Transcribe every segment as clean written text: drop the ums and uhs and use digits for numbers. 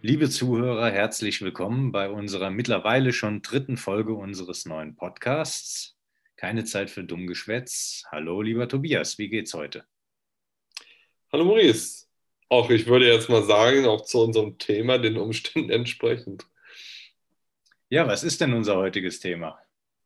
Liebe Zuhörer, herzlich willkommen bei unserer mittlerweile schon dritten Folge unseres neuen Podcasts. Keine Zeit für Dummgeschwätz. Hallo, lieber Tobias, wie geht's heute? Hallo Maurice. Auch ich würde jetzt mal sagen, auch zu unserem Thema, den Umständen entsprechend. Ja, was ist denn unser heutiges Thema?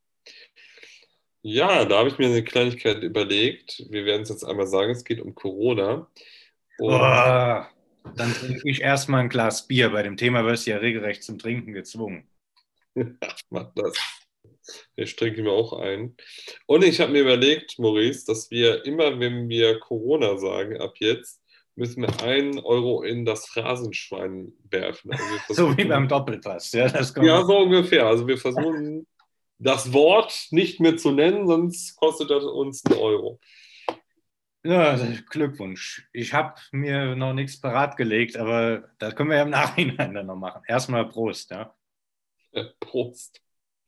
Ja, da habe ich mir eine Kleinigkeit überlegt. Wir werden es jetzt einmal sagen, es geht um Corona. Und Oh, dann trinke ich erstmal ein Glas Bier. Bei dem Thema wirst du ja regelrecht zum Trinken gezwungen. mach das. Ich trinke mir auch ein. Und ich habe mir überlegt, Maurice, dass wir immer, wenn wir Corona sagen, ab jetzt, müssen wir 1 Euro in das Phrasenschwein werfen. Also wir So wie beim versuchen, Doppelpass. Ja, das ja, kommt. so ungefähr. Also wir versuchen, das Wort nicht mehr zu nennen, sonst kostet das uns 1 Euro. Ja, Glückwunsch. Ich habe mir noch nichts parat gelegt, aber das können wir ja im Nachhinein dann noch machen. Erstmal Prost, ja. Prost.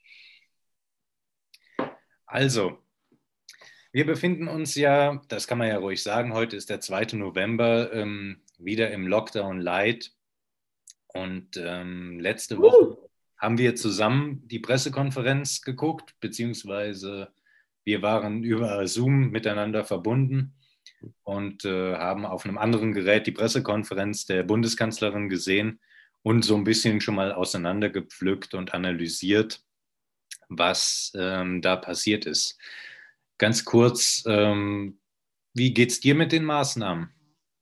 Also, wir befinden uns ja, das kann man ja ruhig sagen, heute ist der 2. November, wieder im Lockdown Light. Und letzte Woche haben wir zusammen die Pressekonferenz geguckt, beziehungsweise wir waren über Zoom miteinander verbunden und haben auf einem anderen Gerät die Pressekonferenz der Bundeskanzlerin gesehen und so ein bisschen schon mal auseinandergepflückt und analysiert, was da passiert ist. Ganz kurz, wie geht's dir mit den Maßnahmen?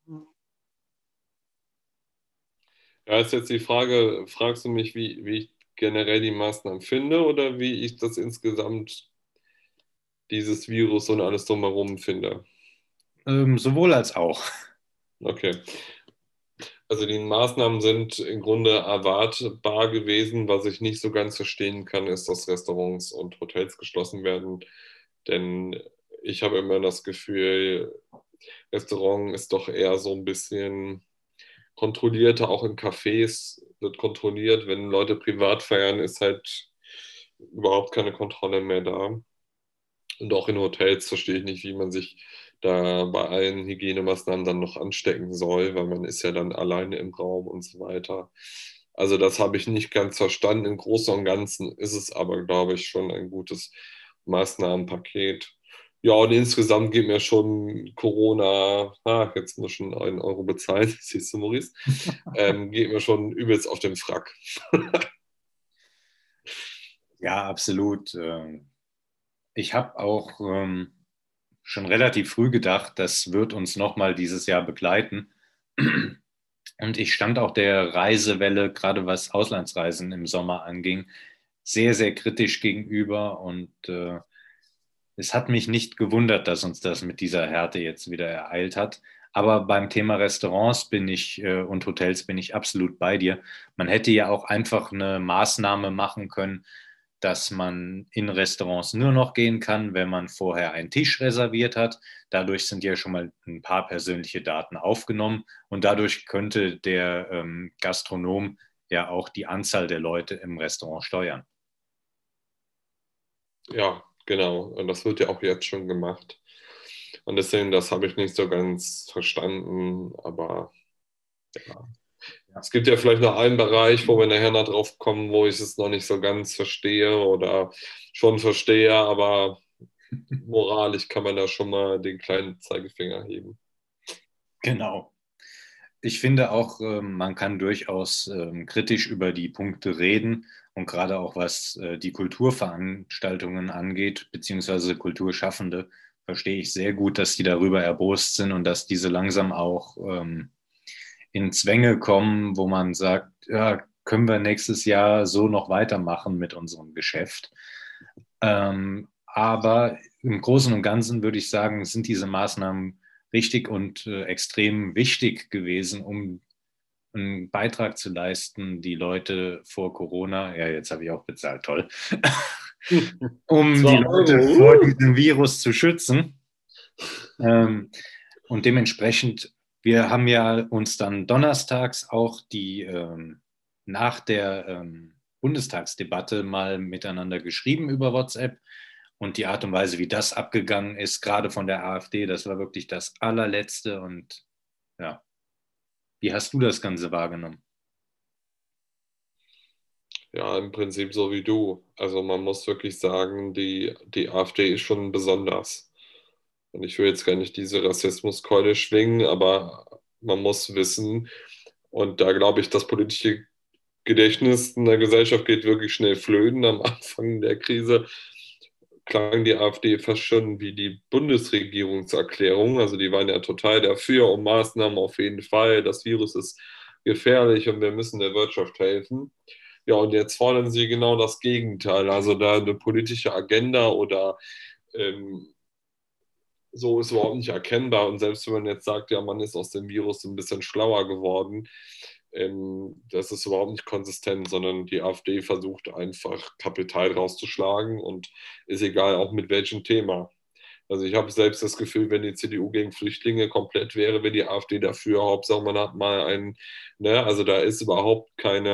Ja, ist jetzt die Frage, fragst du mich, wie ich generell die Maßnahmen finde oder wie ich das insgesamt, dieses Virus und alles drumherum finde? Sowohl als auch. Okay. Also die Maßnahmen sind im Grunde erwartbar gewesen. Was ich nicht so ganz verstehen kann, ist, dass Restaurants und Hotels geschlossen werden. Denn ich habe immer das Gefühl, Restaurant ist doch eher so ein bisschen kontrollierter, auch in Cafés wird kontrolliert. Wenn Leute privat feiern, ist halt überhaupt keine Kontrolle mehr da. Und auch in Hotels verstehe ich nicht, wie man sich da bei allen Hygienemaßnahmen dann noch anstecken soll, weil man ist ja dann alleine im Raum und so weiter. Also das habe ich nicht ganz verstanden. Im Großen und Ganzen ist es aber, glaube ich, schon ein gutes Maßnahmenpaket. Ja, und insgesamt geht mir schon Corona, jetzt muss ich schon 1 Euro bezahlen, siehst du, Maurice, geht mir schon übelst auf den Frack. Ja, absolut. Ich habe auch schon relativ früh gedacht, das wird uns nochmal dieses Jahr begleiten. Und ich stand auch der Reisewelle, gerade was Auslandsreisen im Sommer anging, sehr, sehr kritisch gegenüber. Und es hat mich nicht gewundert, dass uns das mit dieser Härte jetzt wieder ereilt hat. Aber beim Thema Restaurants bin ich und Hotels bin ich absolut bei dir. Man hätte ja auch einfach eine Maßnahme machen können, dass man in Restaurants nur noch gehen kann, wenn man vorher einen Tisch reserviert hat. Dadurch sind ja schon mal ein paar persönliche Daten aufgenommen und dadurch könnte der Gastronom ja auch die Anzahl der Leute im Restaurant steuern. Ja, genau. Und das wird ja auch jetzt schon gemacht. Und deswegen, das habe ich nicht so ganz verstanden. Aber ja. Ja. Es gibt ja vielleicht noch einen Bereich, wo wir nachher noch drauf kommen, wo ich es noch nicht so ganz verstehe oder schon verstehe, aber moralisch kann man da schon mal den kleinen Zeigefinger heben. Genau. Ich finde auch, man kann durchaus kritisch über die Punkte reden und gerade auch was die Kulturveranstaltungen angeht, beziehungsweise Kulturschaffende, verstehe ich sehr gut, dass die darüber erbost sind und dass diese langsam auch in Zwänge kommen, wo man sagt, ja, können wir nächstes Jahr so noch weitermachen mit unserem Geschäft. Aber im Großen und Ganzen würde ich sagen, sind diese Maßnahmen richtig und extrem wichtig gewesen, um einen Beitrag zu leisten, die Leute vor Corona, ja, jetzt habe ich auch bezahlt, toll, um die 2 Leute Euro. vor diesem Virus zu schützen. Ähm, und dementsprechend, wir haben ja uns dann donnerstags auch die nach der Bundestagsdebatte mal miteinander geschrieben über WhatsApp. Und die Art und Weise, wie das abgegangen ist, gerade von der AfD, das war wirklich das allerletzte. Und ja, wie hast du das Ganze wahrgenommen? Ja, im Prinzip so wie du. Also man muss wirklich sagen, die AfD ist schon besonders. Und ich will jetzt gar nicht diese Rassismuskeule schwingen, aber man muss wissen, und da glaube ich, das politische Gedächtnis in der Gesellschaft geht wirklich schnell flöten. Am Anfang der Krise klang die AfD fast schon wie die Bundesregierungserklärung. Also die waren ja total dafür, um Maßnahmen auf jeden Fall. Das Virus ist gefährlich und wir müssen der Wirtschaft helfen. Ja, und jetzt fordern sie genau das Gegenteil. Also da eine politische Agenda oder so ist überhaupt nicht erkennbar. Und selbst wenn man jetzt sagt, ja, man ist aus dem Virus ein bisschen schlauer geworden, das ist überhaupt nicht konsistent, sondern die AfD versucht einfach Kapital rauszuschlagen und ist egal, auch mit welchem Thema. Also ich habe selbst das Gefühl, wenn die CDU gegen Flüchtlinge komplett wäre, wäre die AfD dafür. Hauptsache, man hat mal einen, ne, also da ist überhaupt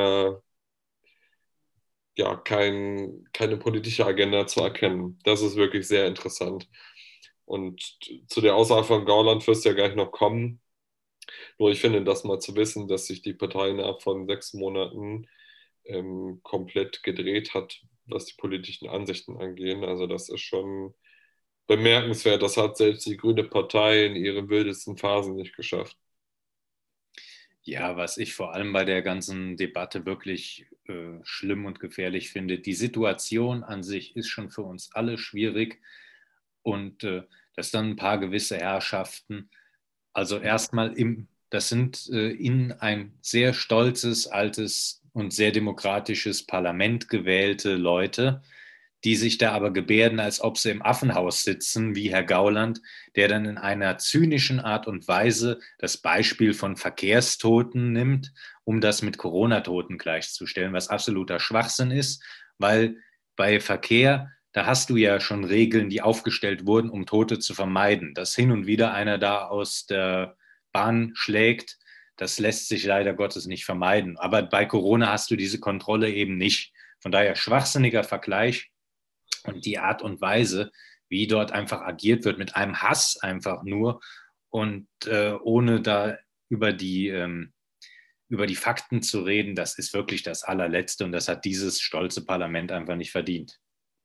keine politische Agenda zu erkennen. Das ist wirklich sehr interessant. Und zu der Aussage von Gauland wirst du ja gleich noch kommen. Nur ich finde, das mal zu wissen, dass sich die Partei innerhalb von 6 Monaten komplett gedreht hat, was die politischen Ansichten angehen. Also das ist schon bemerkenswert. Das hat selbst die Grüne Partei in ihren wildesten Phasen nicht geschafft. Ja, was ich vor allem bei der ganzen Debatte wirklich schlimm und gefährlich finde, die Situation an sich ist schon für uns alle schwierig und dass dann ein paar gewisse Herrschaften, also erstmal das sind in ein sehr stolzes, altes und sehr demokratisches Parlament gewählte Leute, die sich da aber gebärden, als ob sie im Affenhaus sitzen, wie Herr Gauland, der dann in einer zynischen Art und Weise das Beispiel von Verkehrstoten nimmt, um das mit Corona-Toten gleichzustellen, was absoluter Schwachsinn ist, weil bei Verkehr, da hast du ja schon Regeln, die aufgestellt wurden, um Tote zu vermeiden. Dass hin und wieder einer da aus der Bahn schlägt, das lässt sich leider Gottes nicht vermeiden. Aber bei Corona hast du diese Kontrolle eben nicht. Von daher schwachsinniger Vergleich und die Art und Weise, wie dort einfach agiert wird, mit einem Hass einfach nur und ohne da über über die Fakten zu reden, das ist wirklich das allerletzte und das hat dieses stolze Parlament einfach nicht verdient.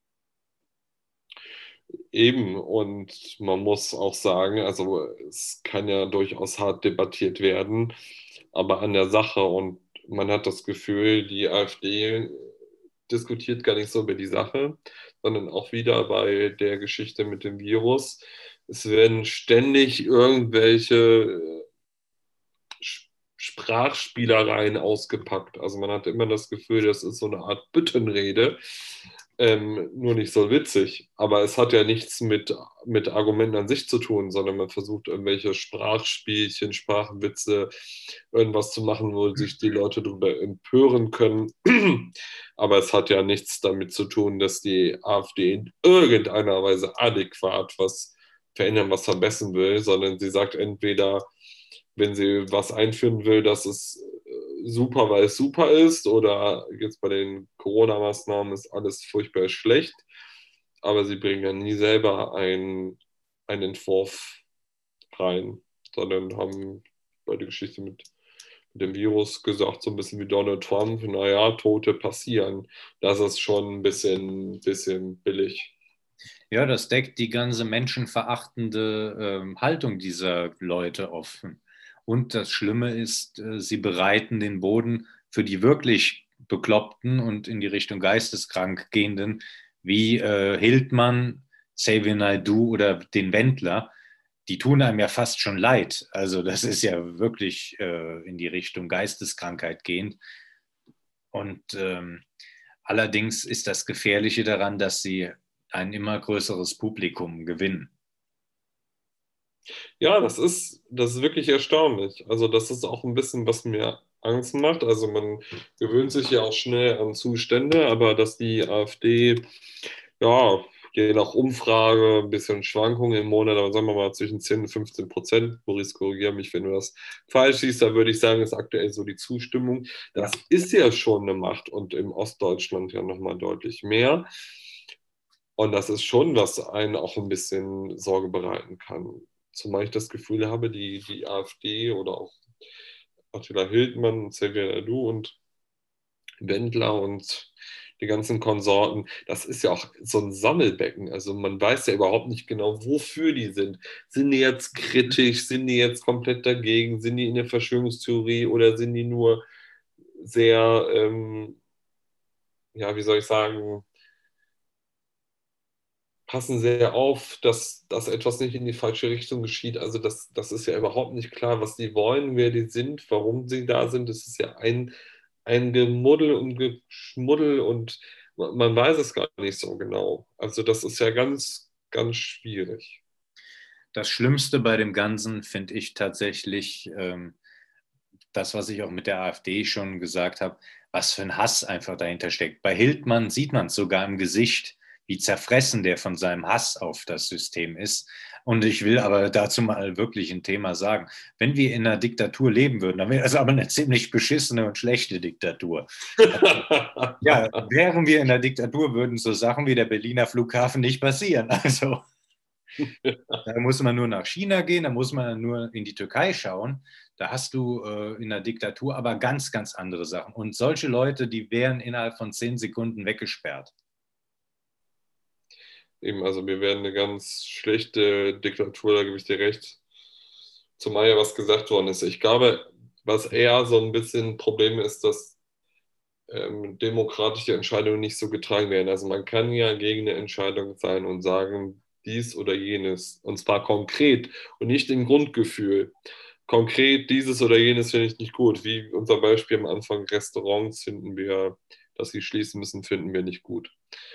Eben, und man muss auch sagen, also es kann ja durchaus hart debattiert werden, aber an der Sache und man hat das Gefühl, die AfD diskutiert gar nicht so über die Sache, sondern auch wieder bei der Geschichte mit dem Virus. Es werden ständig irgendwelche Sprachspielereien ausgepackt. Also man hat immer das Gefühl, das ist so eine Art Büttenrede, nur nicht so witzig. Aber es hat ja nichts mit Argumenten an sich zu tun, sondern man versucht irgendwelche Sprachspielchen, Sprachwitze, irgendwas zu machen, wo sich die Leute darüber empören können. Aber es hat ja nichts damit zu tun, dass die AfD in irgendeiner Weise adäquat was verändern, was verbessern will, sondern sie sagt entweder, wenn sie was einführen will, dass es super, weil es super ist, oder jetzt bei den Corona-Maßnahmen ist alles furchtbar schlecht, aber sie bringen ja nie selber einen Entwurf rein, sondern haben bei der Geschichte mit dem Virus gesagt, so ein bisschen wie Donald Trump, naja, Tote passieren. Das ist schon ein bisschen billig. Ja, das deckt die ganze menschenverachtende Haltung dieser Leute offen. Und das Schlimme ist, sie bereiten den Boden für die wirklich Bekloppten und in die Richtung geisteskrank gehenden, wie Hildmann, Xavier Naidoo oder den Wendler. Die tun einem ja fast schon leid. Also das ist ja wirklich in die Richtung Geisteskrankheit gehend. Und allerdings ist das Gefährliche daran, dass sie ein immer größeres Publikum gewinnen. Ja, das ist wirklich erstaunlich. Also das ist auch ein bisschen, was mir Angst macht. Also man gewöhnt sich ja auch schnell an Zustände, aber dass die AfD, ja, je nach Umfrage ein bisschen Schwankungen im Monat, aber sagen wir mal zwischen 10 und 15%. Maurice, korrigiere mich, wenn du das falsch siehst, da würde ich sagen, ist aktuell so die Zustimmung. Das ist ja schon eine Macht und im Ostdeutschland ja nochmal deutlich mehr. Und das ist schon, was einen auch ein bisschen Sorge bereiten kann. Zumal ich das Gefühl habe, die AfD oder auch Attila Hildmann, Xavier Naidu und Wendler und die ganzen Konsorten, das ist ja auch so ein Sammelbecken. Also man weiß ja überhaupt nicht genau, wofür die sind. Sind die jetzt kritisch? Sind die jetzt komplett dagegen? Sind die in der Verschwörungstheorie oder sind die nur sehr, ja, wie soll ich sagen, passen sehr auf, dass etwas nicht in die falsche Richtung geschieht. Also das ist ja überhaupt nicht klar, was die wollen, wer die sind, warum sie da sind. Es ist ja ein Gemuddel und Geschmuddel und man weiß es gar nicht so genau. Also das ist ja ganz, ganz schwierig. Das Schlimmste bei dem Ganzen finde ich tatsächlich das, was ich auch mit der AfD schon gesagt habe, was für ein Hass einfach dahinter steckt. Bei Hildmann sieht man es sogar im Gesicht, wie zerfressen der von seinem Hass auf das System ist. Und ich will aber dazu mal wirklich ein Thema sagen. Wenn wir in einer Diktatur leben würden, dann wäre das aber eine ziemlich beschissene und schlechte Diktatur. Ja, wären wir in der Diktatur, würden so Sachen wie der Berliner Flughafen nicht passieren. Also da muss man nur nach China gehen, da muss man nur in die Türkei schauen. Da hast du in der Diktatur aber ganz, ganz andere Sachen. Und solche Leute, die wären innerhalb von 10 Sekunden weggesperrt. Eben, also wir werden eine ganz schlechte Diktatur, da gebe ich dir recht. Zumal ja was gesagt worden ist. Ich glaube, was eher so ein bisschen ein Problem ist, dass demokratische Entscheidungen nicht so getragen werden. Also man kann ja gegen eine Entscheidung sein und sagen, dies oder jenes, und zwar konkret und nicht im Grundgefühl. Konkret dieses oder jenes finde ich nicht gut. Wie unser Beispiel am Anfang, Restaurants finden wir, dass sie schließen müssen, finden wir nicht gut.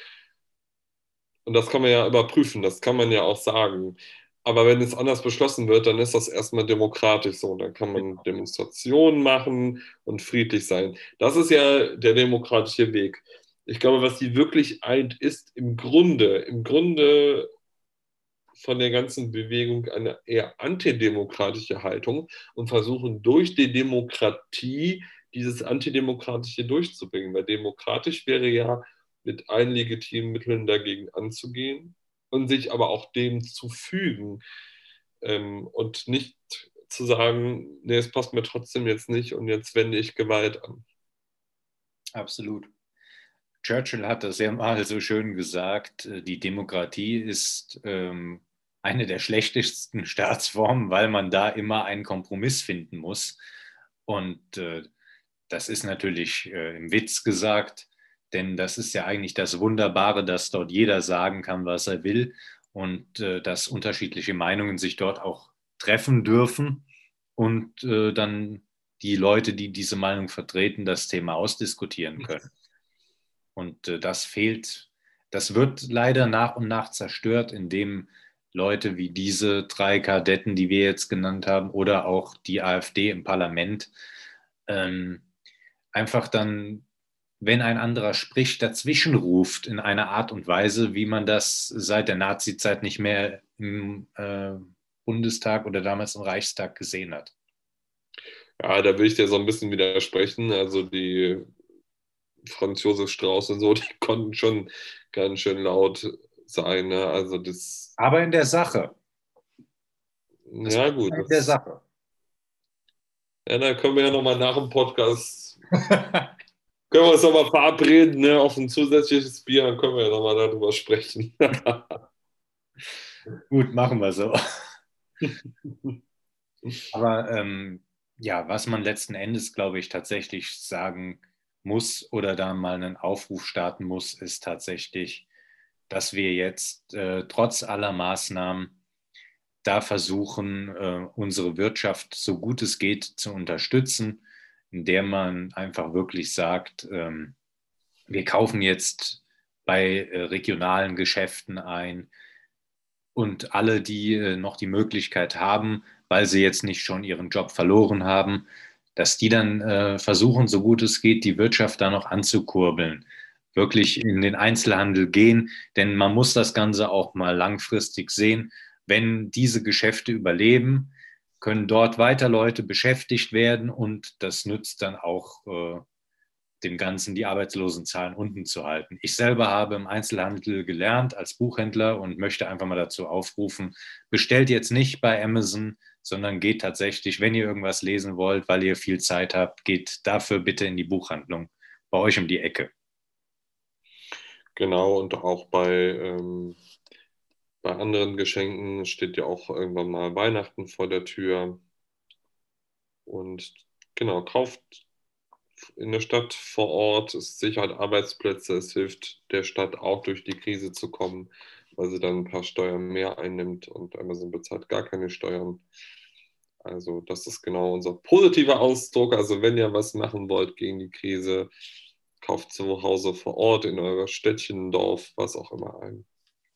Und das kann man ja überprüfen, das kann man ja auch sagen. Aber wenn es anders beschlossen wird, dann ist das erstmal demokratisch so. Dann kann man Demonstrationen machen und friedlich sein. Das ist ja der demokratische Weg. Ich glaube, was die wirklich eint, ist im Grunde von der ganzen Bewegung eine eher antidemokratische Haltung und versuchen durch die Demokratie dieses Antidemokratische durchzubringen. Weil demokratisch wäre ja mit allen legitimen Mitteln dagegen anzugehen und sich aber auch dem zu fügen und nicht zu sagen, nee, es passt mir trotzdem jetzt nicht und jetzt wende ich Gewalt an. Absolut. Churchill hat das ja mal so schön gesagt, die Demokratie ist eine der schlechtesten Staatsformen, weil man da immer einen Kompromiss finden muss. Und das ist natürlich im Witz gesagt, denn das ist ja eigentlich das Wunderbare, dass dort jeder sagen kann, was er will und dass unterschiedliche Meinungen sich dort auch treffen dürfen und dann die Leute, die diese Meinung vertreten, das Thema ausdiskutieren können. Und das fehlt, das wird leider nach und nach zerstört, indem Leute wie diese 3 Kadetten, die wir jetzt genannt haben, oder auch die AfD im Parlament, ähm, einfach dann, wenn ein anderer spricht, dazwischen ruft in einer Art und Weise, wie man das seit der Nazizeit nicht mehr im Bundestag oder damals im Reichstag gesehen hat. Ja, da will ich dir so ein bisschen widersprechen. Also die Franz Josef Strauß und so, die konnten schon ganz schön laut sein. Ne? Also das, Aber in der Sache, das ja war gut, in der das, Sache. ja, da können wir ja nochmal nach dem Podcast, können wir uns nochmal verabreden, ne, auf ein zusätzliches Bier, dann können wir ja nochmal darüber sprechen. Gut, machen wir so. Aber ja, was man letzten Endes, glaube ich, tatsächlich sagen muss oder da mal einen Aufruf starten muss, ist tatsächlich, dass wir jetzt trotz aller Maßnahmen da versuchen, unsere Wirtschaft so gut es geht zu unterstützen, indem man einfach wirklich sagt, wir kaufen jetzt bei regionalen Geschäften ein, und alle, die noch die Möglichkeit haben, weil sie jetzt nicht schon ihren Job verloren haben, dass die dann versuchen, so gut es geht, die Wirtschaft da noch anzukurbeln, wirklich in den Einzelhandel gehen, denn man muss das Ganze auch mal langfristig sehen. Wenn diese Geschäfte überleben, können dort weiter Leute beschäftigt werden und das nützt dann auch dem Ganzen die Arbeitslosenzahlen unten zu halten. Ich selber habe im Einzelhandel gelernt als Buchhändler und möchte einfach mal dazu aufrufen, bestellt jetzt nicht bei Amazon, sondern geht tatsächlich, wenn ihr irgendwas lesen wollt, weil ihr viel Zeit habt, geht dafür bitte in die Buchhandlung bei euch um die Ecke. Genau, und auch bei anderen Geschenken steht ja auch irgendwann mal Weihnachten vor der Tür. Und genau, kauft in der Stadt vor Ort, es sichert Arbeitsplätze, es hilft der Stadt auch durch die Krise zu kommen, weil sie dann ein paar Steuern mehr einnimmt und Amazon bezahlt gar keine Steuern. Also das ist genau unser positiver Ausdruck. Also wenn ihr was machen wollt gegen die Krise, kauft zu Hause vor Ort in eurer Städtchen, Dorf, was auch immer ein.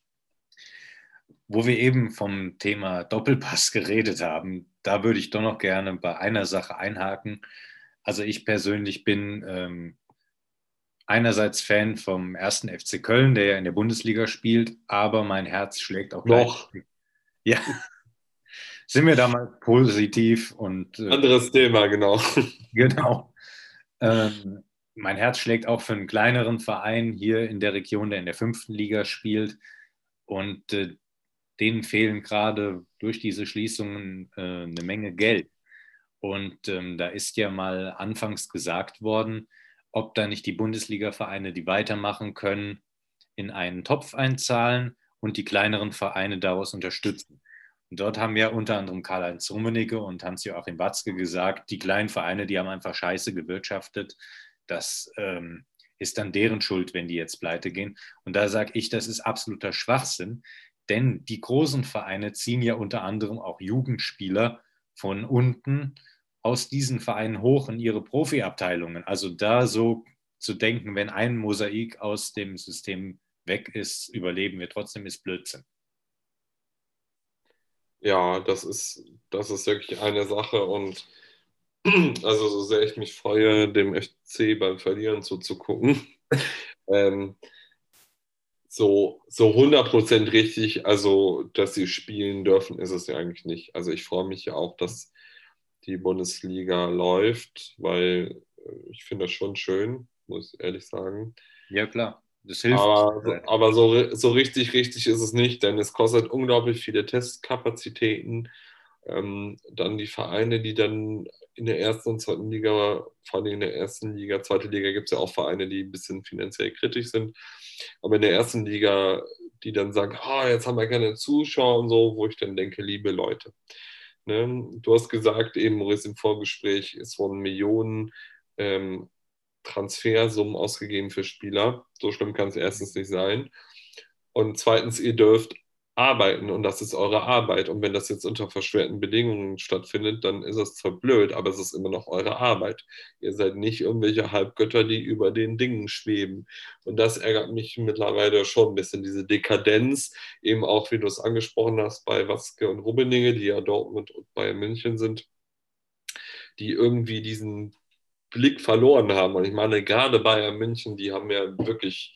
Wo wir eben vom Thema Doppelpass geredet haben, da würde ich doch noch gerne bei einer Sache einhaken. Also ich persönlich bin einerseits Fan vom ersten FC Köln, der ja in der Bundesliga spielt, aber mein Herz schlägt auch gleich. Noch Ja, sind wir da mal positiv und anderes Thema, genau. genau. Mein Herz schlägt auch für einen kleineren Verein hier in der Region, der in der fünften Liga spielt. Und denen fehlen gerade durch diese Schließungen eine Menge Geld. Und da ist ja mal anfangs gesagt worden, ob da nicht die Bundesliga-Vereine, die weitermachen können, in einen Topf einzahlen und die kleineren Vereine daraus unterstützen. Und dort haben ja unter anderem Karl-Heinz Rummenigge und Hans-Joachim Watzke gesagt, die kleinen Vereine, die haben einfach scheiße gewirtschaftet. Das ist dann deren Schuld, wenn die jetzt pleite gehen. Und da sage ich, das ist absoluter Schwachsinn, denn die großen Vereine ziehen ja unter anderem auch Jugendspieler von unten aus diesen Vereinen hoch in ihre Profiabteilungen. Also da so zu denken, wenn ein Mosaik aus dem System weg ist, überleben wir trotzdem, ist Blödsinn. Ja, das ist wirklich eine Sache und also so sehr ich mich freue, dem FC beim Verlieren zuzugucken, ähm, so 100% richtig, also dass sie spielen dürfen, ist es ja eigentlich nicht. Also ich freue mich ja auch, dass die Bundesliga läuft, weil ich finde das schon schön, muss ich ehrlich sagen. Ja, klar, das hilft. Aber so richtig, richtig ist es nicht, denn es kostet unglaublich viele Testkapazitäten. Dann die Vereine, die dann in der ersten und zweiten Liga, vor allem in der ersten Liga, zweite Liga gibt es ja auch Vereine, die ein bisschen finanziell kritisch sind. Aber in der ersten Liga, die dann sagen, jetzt haben wir keine Zuschauer und so, wo ich dann denke, liebe Leute. Ne? Du hast gesagt, eben, Maurice, im Vorgespräch, es wurden Millionen Transfersummen ausgegeben für Spieler. So schlimm kann es erstens nicht sein. Und zweitens, ihr dürft arbeiten und das ist eure Arbeit. Und wenn das jetzt unter verschwerten Bedingungen stattfindet, dann ist es zwar blöd, aber es ist immer noch eure Arbeit. Ihr seid nicht irgendwelche Halbgötter, die über den Dingen schweben. Und das ärgert mich mittlerweile schon ein bisschen, diese Dekadenz, eben auch, wie du es angesprochen hast, bei Watzke und Rummenigge, die ja Dortmund und Bayern München sind, die irgendwie diesen Blick verloren haben. Und ich meine, gerade Bayern München, die haben ja wirklich,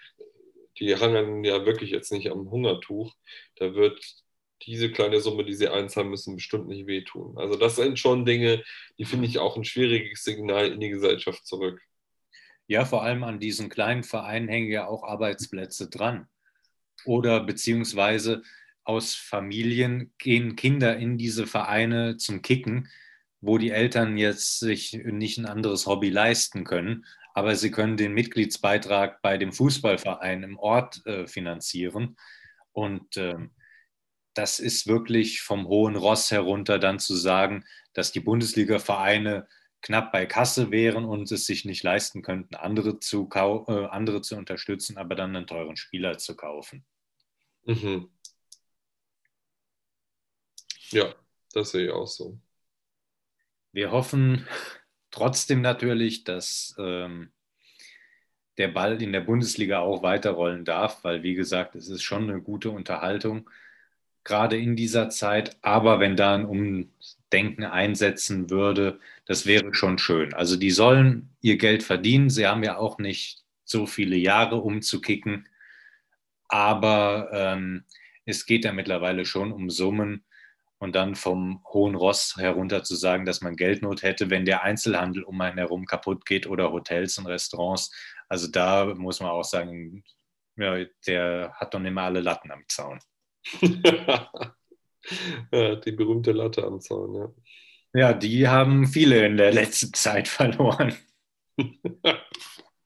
die hangen ja wirklich jetzt nicht am Hungertuch. Da wird diese kleine Summe, die sie einzahlen müssen, bestimmt nicht wehtun. Also das sind schon Dinge, die finde ich auch ein schwieriges Signal in die Gesellschaft zurück. Ja, vor allem an diesen kleinen Vereinen hängen ja auch Arbeitsplätze dran. Oder beziehungsweise aus Familien gehen Kinder in diese Vereine zum Kicken, wo die Eltern jetzt sich nicht ein anderes Hobby leisten können, aber sie können den Mitgliedsbeitrag bei dem Fußballverein im Ort finanzieren. Und das ist wirklich vom hohen Ross herunter dann zu sagen, dass die Bundesliga-Vereine knapp bei Kasse wären und es sich nicht leisten könnten, andere zu unterstützen, aber dann einen teuren Spieler zu kaufen. Mhm. Ja, das sehe ich auch so. Wir hoffen trotzdem natürlich, dass der Ball in der Bundesliga auch weiterrollen darf, weil, wie gesagt, es ist schon eine gute Unterhaltung, gerade in dieser Zeit. Aber wenn da ein Umdenken einsetzen würde, das wäre schon schön. Also die sollen ihr Geld verdienen. Sie haben ja auch nicht so viele Jahre, um zu kicken. Aber es geht ja mittlerweile schon um Summen und dann vom hohen Ross herunter zu sagen, dass man Geldnot hätte, wenn der Einzelhandel um einen herum kaputt geht oder Hotels und Restaurants. Also da muss man auch sagen, ja, der hat doch nicht mehr alle Latten am Zaun. Ja, die berühmte Latte am Zaun, ja. Ja, die haben viele in der letzten Zeit verloren.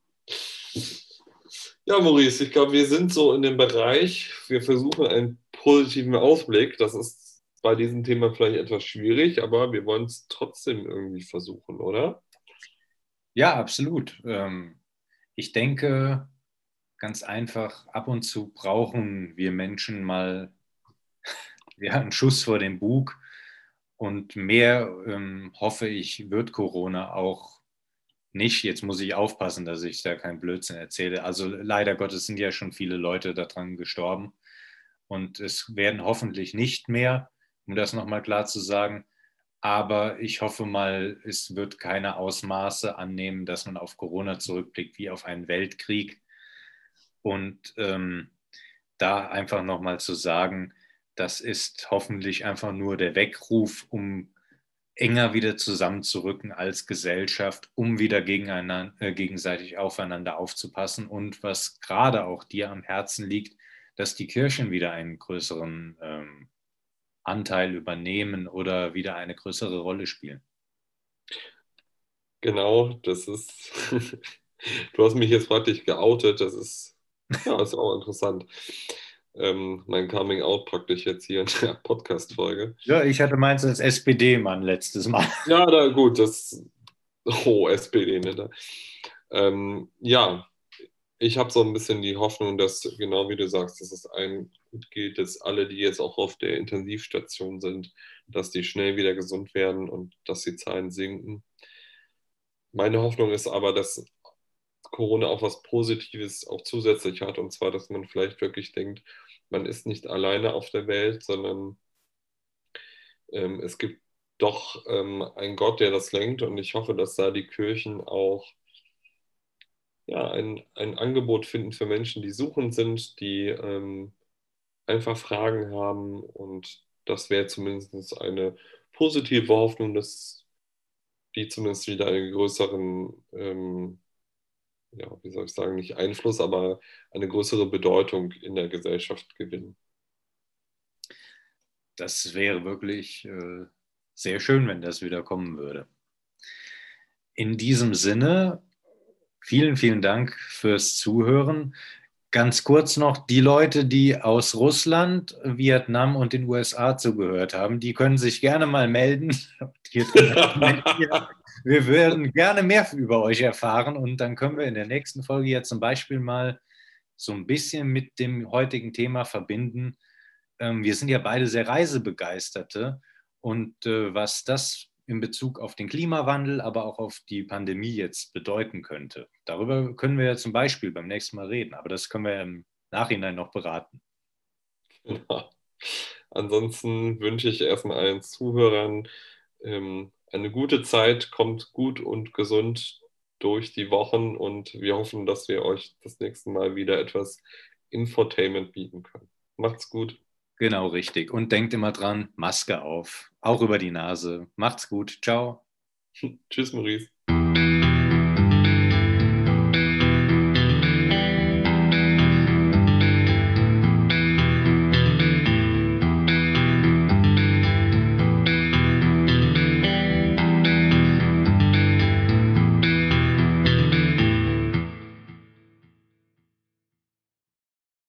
Ja, Maurice, ich glaube, wir sind so in dem Bereich, wir versuchen einen positiven Ausblick. Das ist bei diesem Thema vielleicht etwas schwierig, aber wir wollen es trotzdem irgendwie versuchen, oder? Ja, absolut. Ich denke, ganz einfach, ab und zu brauchen wir Menschen mal einen Schuss vor den Bug. Und mehr, hoffe ich, wird Corona auch nicht. Jetzt muss ich aufpassen, dass ich da keinen Blödsinn erzähle. Also leider Gottes sind ja schon viele Leute daran gestorben. Und es werden hoffentlich nicht mehr, um das nochmal klar zu sagen. Aber ich hoffe mal, es wird keine Ausmaße annehmen, dass man auf Corona zurückblickt wie auf einen Weltkrieg. Und da einfach nochmal zu sagen, das ist hoffentlich einfach nur der Weckruf, um enger wieder zusammenzurücken als Gesellschaft, um wieder gegenseitig aufeinander aufzupassen und was gerade auch dir am Herzen liegt, dass die Kirchen wieder einen größeren Anteil übernehmen oder wieder eine größere Rolle spielen. Genau, das ist, du hast mich jetzt praktisch geoutet, das ist, ja, ist auch interessant. Mein Coming Out praktisch jetzt hier in der Podcast-Folge. Ja, ich hatte meins als SPD-Mann letztes Mal. Ja, da gut, das, oh, SPD, ne? Ja, ich habe so ein bisschen die Hoffnung, dass, genau wie du sagst, dass es allen gut geht, dass alle, die jetzt auch auf der Intensivstation sind, dass die schnell wieder gesund werden und dass die Zahlen sinken. Meine Hoffnung ist aber, dass Corona auch was Positives auch zusätzlich hat, und zwar, dass man vielleicht wirklich denkt, man ist nicht alleine auf der Welt, sondern es gibt doch einen Gott, der das lenkt, und ich hoffe, dass da die Kirchen auch ja, ein Angebot finden für Menschen, die suchend sind, die einfach Fragen haben, und das wäre zumindest eine positive Hoffnung, dass die zumindest wieder einen größeren ja, wie soll ich sagen, nicht Einfluss, aber eine größere Bedeutung in der Gesellschaft gewinnen. Das wäre wirklich sehr schön, wenn das wieder kommen würde. In diesem Sinne, vielen, vielen Dank fürs Zuhören. Ganz kurz noch, die Leute, die aus Russland, Vietnam und den USA zugehört haben, die können sich gerne mal melden. Wir würden gerne mehr über euch erfahren und dann können wir in der nächsten Folge ja zum Beispiel mal so ein bisschen mit dem heutigen Thema verbinden. Wir sind ja beide sehr Reisebegeisterte und was das in Bezug auf den Klimawandel, aber auch auf die Pandemie jetzt bedeuten könnte. Darüber können wir ja zum Beispiel beim nächsten Mal reden, aber das können wir ja im Nachhinein noch beraten. Genau. Ansonsten wünsche ich erstmal allen Zuhörern eine gute Zeit, kommt gut und gesund durch die Wochen, und wir hoffen, dass wir euch das nächste Mal wieder etwas Infotainment bieten können. Macht's gut. Genau richtig. Und denkt immer dran, Maske auf, auch über die Nase. Macht's gut. Ciao. Tschüss, Maurice.